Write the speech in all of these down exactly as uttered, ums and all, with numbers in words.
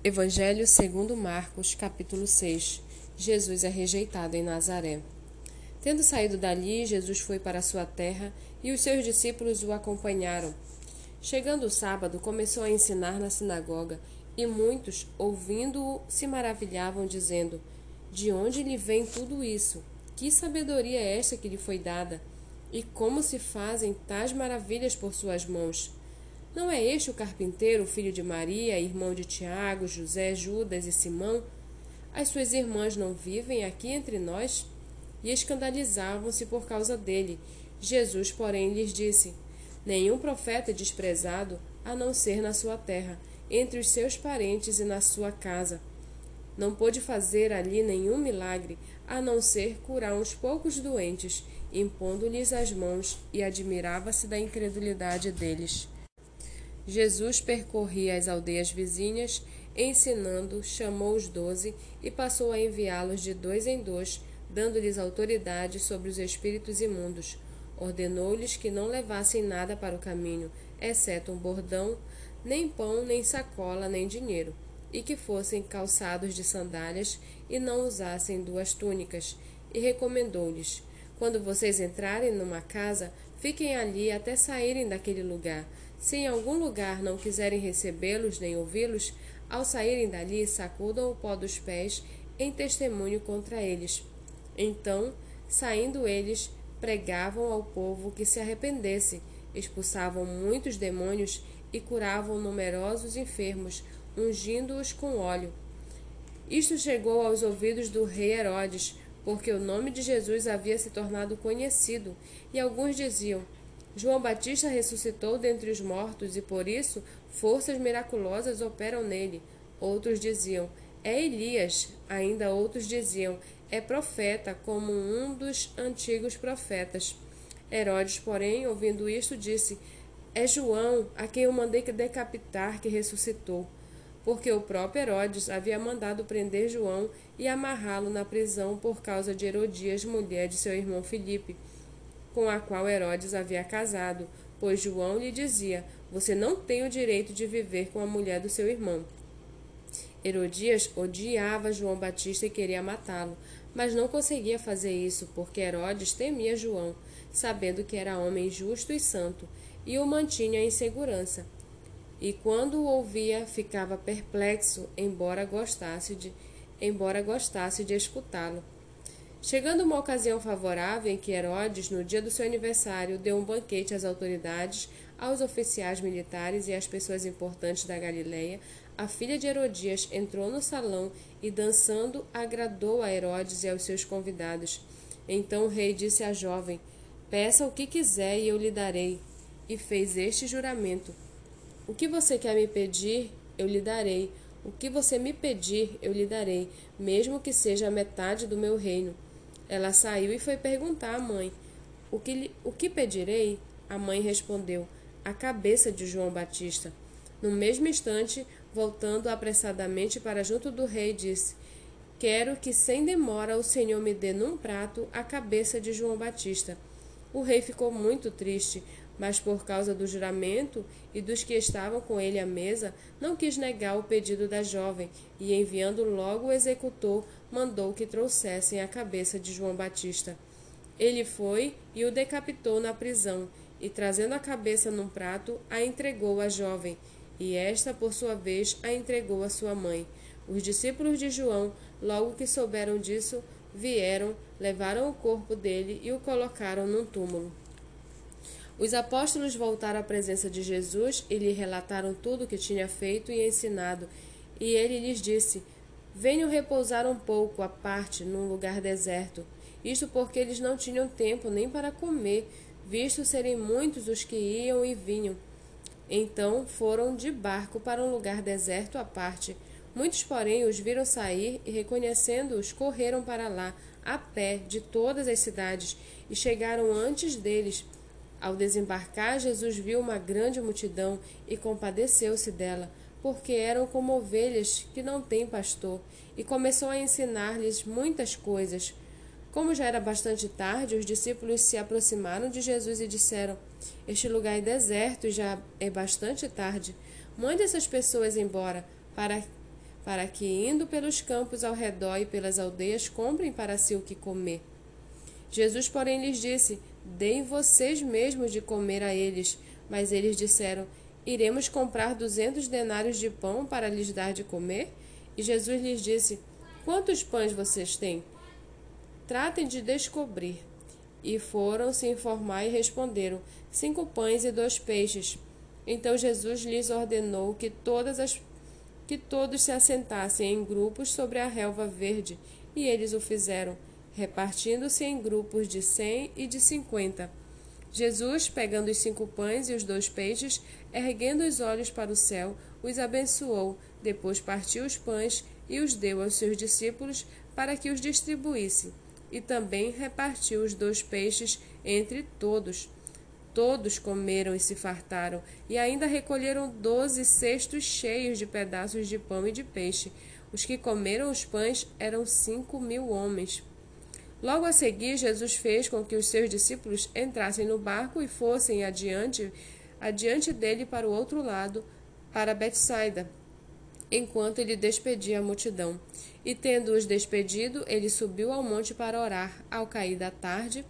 Evangelho segundo Marcos, capítulo seis. Jesus é rejeitado em Nazaré. Tendo saído dali, Jesus foi para a sua terra e os seus discípulos o acompanharam. Chegando o sábado, começou a ensinar na sinagoga, e muitos, ouvindo-o, se maravilhavam, dizendo: De onde lhe vem tudo isso? Que sabedoria é esta que lhe foi dada? E como se fazem tais maravilhas por suas mãos? Não é este o carpinteiro, filho de Maria, irmão de Tiago, José, Judas e Simão? As suas irmãs não vivem aqui entre nós? E escandalizavam-se por causa dele. Jesus, porém, lhes disse: Nenhum profeta é desprezado, a não ser na sua terra, entre os seus parentes e na sua casa. Não pôde fazer ali nenhum milagre, a não ser curar uns poucos doentes, impondo-lhes as mãos, e admirava-se da incredulidade deles. Jesus percorria as aldeias vizinhas, ensinando, chamou os doze e passou a enviá-los de dois em dois, dando-lhes autoridade sobre os espíritos imundos. Ordenou-lhes que não levassem nada para o caminho, exceto um bordão, nem pão, nem sacola, nem dinheiro, e que fossem calçados de sandálias e não usassem duas túnicas. E recomendou-lhes: Quando vocês entrarem numa casa, fiquem ali até saírem daquele lugar. Se em algum lugar não quiserem recebê-los nem ouvi-los, ao saírem dali, sacudam o pó dos pés em testemunho contra eles. Então, saindo eles, pregavam ao povo que se arrependesse, expulsavam muitos demônios e curavam numerosos enfermos, ungindo-os com óleo. Isto chegou aos ouvidos do rei Herodes, porque o nome de Jesus havia se tornado conhecido, e alguns diziam: João Batista ressuscitou dentre os mortos e, por isso, forças miraculosas operam nele. Outros diziam: É Elias. Ainda outros diziam: É profeta, como um dos antigos profetas. Herodes, porém, ouvindo isto, disse: É João, a quem eu mandei decapitar, que ressuscitou. Porque o próprio Herodes havia mandado prender João e amarrá-lo na prisão por causa de Herodias, mulher de seu irmão Filipe, com a qual Herodes havia casado, pois João lhe dizia: Você não tem o direito de viver com a mulher do seu irmão. Herodias odiava João Batista e queria matá-lo, mas não conseguia fazer isso, porque Herodes temia João, sabendo que era homem justo e santo, e o mantinha em segurança. E quando o ouvia, ficava perplexo, embora gostasse de, embora gostasse de escutá-lo. Chegando uma ocasião favorável em que Herodes, no dia do seu aniversário, deu um banquete às autoridades, aos oficiais militares e às pessoas importantes da Galileia, a filha de Herodias entrou no salão e, dançando, agradou a Herodes e aos seus convidados. Então o rei disse à jovem: Peça o que quiser e eu lhe darei. E fez este juramento: O que você quer me pedir, eu lhe darei. O que você me pedir, eu lhe darei, mesmo que seja a metade do meu reino. Ela saiu e foi perguntar à mãe: O que, lhe, o que pedirei? A mãe respondeu: A cabeça de João Batista. No mesmo instante, voltando apressadamente para junto do rei, disse: Quero que sem demora o Senhor me dê num prato a cabeça de João Batista. O rei ficou muito triste, mas por causa do juramento e dos que estavam com ele à mesa, não quis negar o pedido da jovem, e enviando logo o executor, mandou que trouxessem a cabeça de João Batista. Ele foi e o decapitou na prisão, e trazendo a cabeça num prato, a entregou à jovem, e esta, por sua vez, a entregou à sua mãe. Os discípulos de João, logo que souberam disso, vieram, levaram o corpo dele e o colocaram num túmulo. Os apóstolos voltaram à presença de Jesus e lhe relataram tudo o que tinha feito e ensinado. E ele lhes disse: Venham repousar um pouco à parte num lugar deserto. Isto porque eles não tinham tempo nem para comer, visto serem muitos os que iam e vinham. Então foram de barco para um lugar deserto à parte. Muitos, porém, os viram sair e, reconhecendo-os, correram para lá, a pé, de todas as cidades, e chegaram antes deles. Ao desembarcar, Jesus viu uma grande multidão e compadeceu-se dela, porque eram como ovelhas que não têm pastor, e começou a ensinar-lhes muitas coisas. Como já era bastante tarde, os discípulos se aproximaram de Jesus e disseram: Este lugar é deserto e já é bastante tarde. Mande essas pessoas embora, para para que, indo pelos campos ao redor e pelas aldeias, comprem para si o que comer. Jesus, porém, lhes disse: Deem vocês mesmos de comer a eles. Mas eles disseram: Iremos comprar duzentos denários de pão para lhes dar de comer? E Jesus lhes disse: Quantos pães vocês têm? Tratem de descobrir. E foram se informar e responderam: Cinco pães e dois peixes. Então Jesus lhes ordenou que, todas as, que todos se assentassem em grupos sobre a relva verde, e eles o fizeram, repartindo-se em grupos de cem e de cinquenta. Jesus, pegando os cinco pães e os dois peixes, erguendo os olhos para o céu, os abençoou, depois partiu os pães e os deu aos seus discípulos para que os distribuíssem, e também repartiu os dois peixes entre todos. Todos comeram e se fartaram, e ainda recolheram doze cestos cheios de pedaços de pão e de peixe. Os que comeram os pães eram cinco mil homens. Logo a seguir, Jesus fez com que os seus discípulos entrassem no barco e fossem adiante, adiante dele para o outro lado, para Betsaida, enquanto ele despedia a multidão. E tendo-os despedido, ele subiu ao monte para orar. Ao cair da tarde,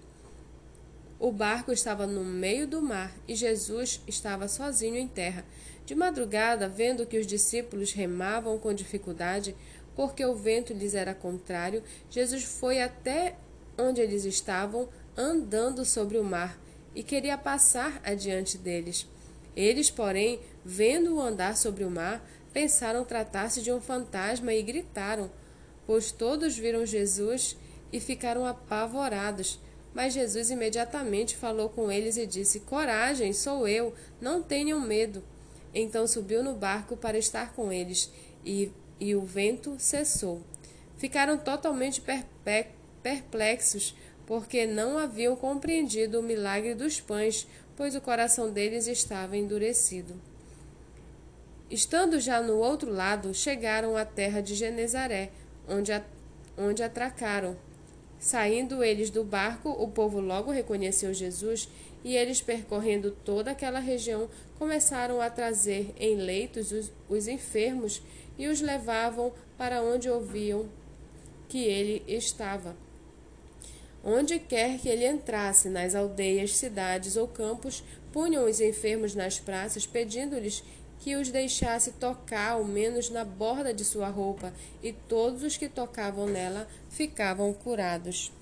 o barco estava no meio do mar e Jesus estava sozinho em terra. De madrugada, vendo que os discípulos remavam com dificuldade, porque o vento lhes era contrário, Jesus foi até onde eles estavam, andando sobre o mar, e queria passar adiante deles. Eles, porém, vendo-o andar sobre o mar, pensaram tratar-se de um fantasma e gritaram, pois todos viram Jesus e ficaram apavorados. Mas Jesus imediatamente falou com eles e disse: Coragem, sou eu, não tenham medo. Então subiu no barco para estar com eles, e, e o vento cessou. Ficaram totalmente perplexos, porque não haviam compreendido o milagre dos pães, pois o coração deles estava endurecido. Estando já no outro lado, chegaram à terra de Genezaré, onde, a, onde atracaram. Saindo eles do barco, o povo logo reconheceu Jesus, e eles, percorrendo toda aquela região, começaram a trazer em leitos os, os enfermos e os levavam para onde ouviam que ele estava. Onde quer que ele entrasse, nas aldeias, cidades ou campos, punham os enfermos nas praças, pedindo-lhes que os deixasse tocar ao menos na borda de sua roupa, e todos os que tocavam nela ficavam curados.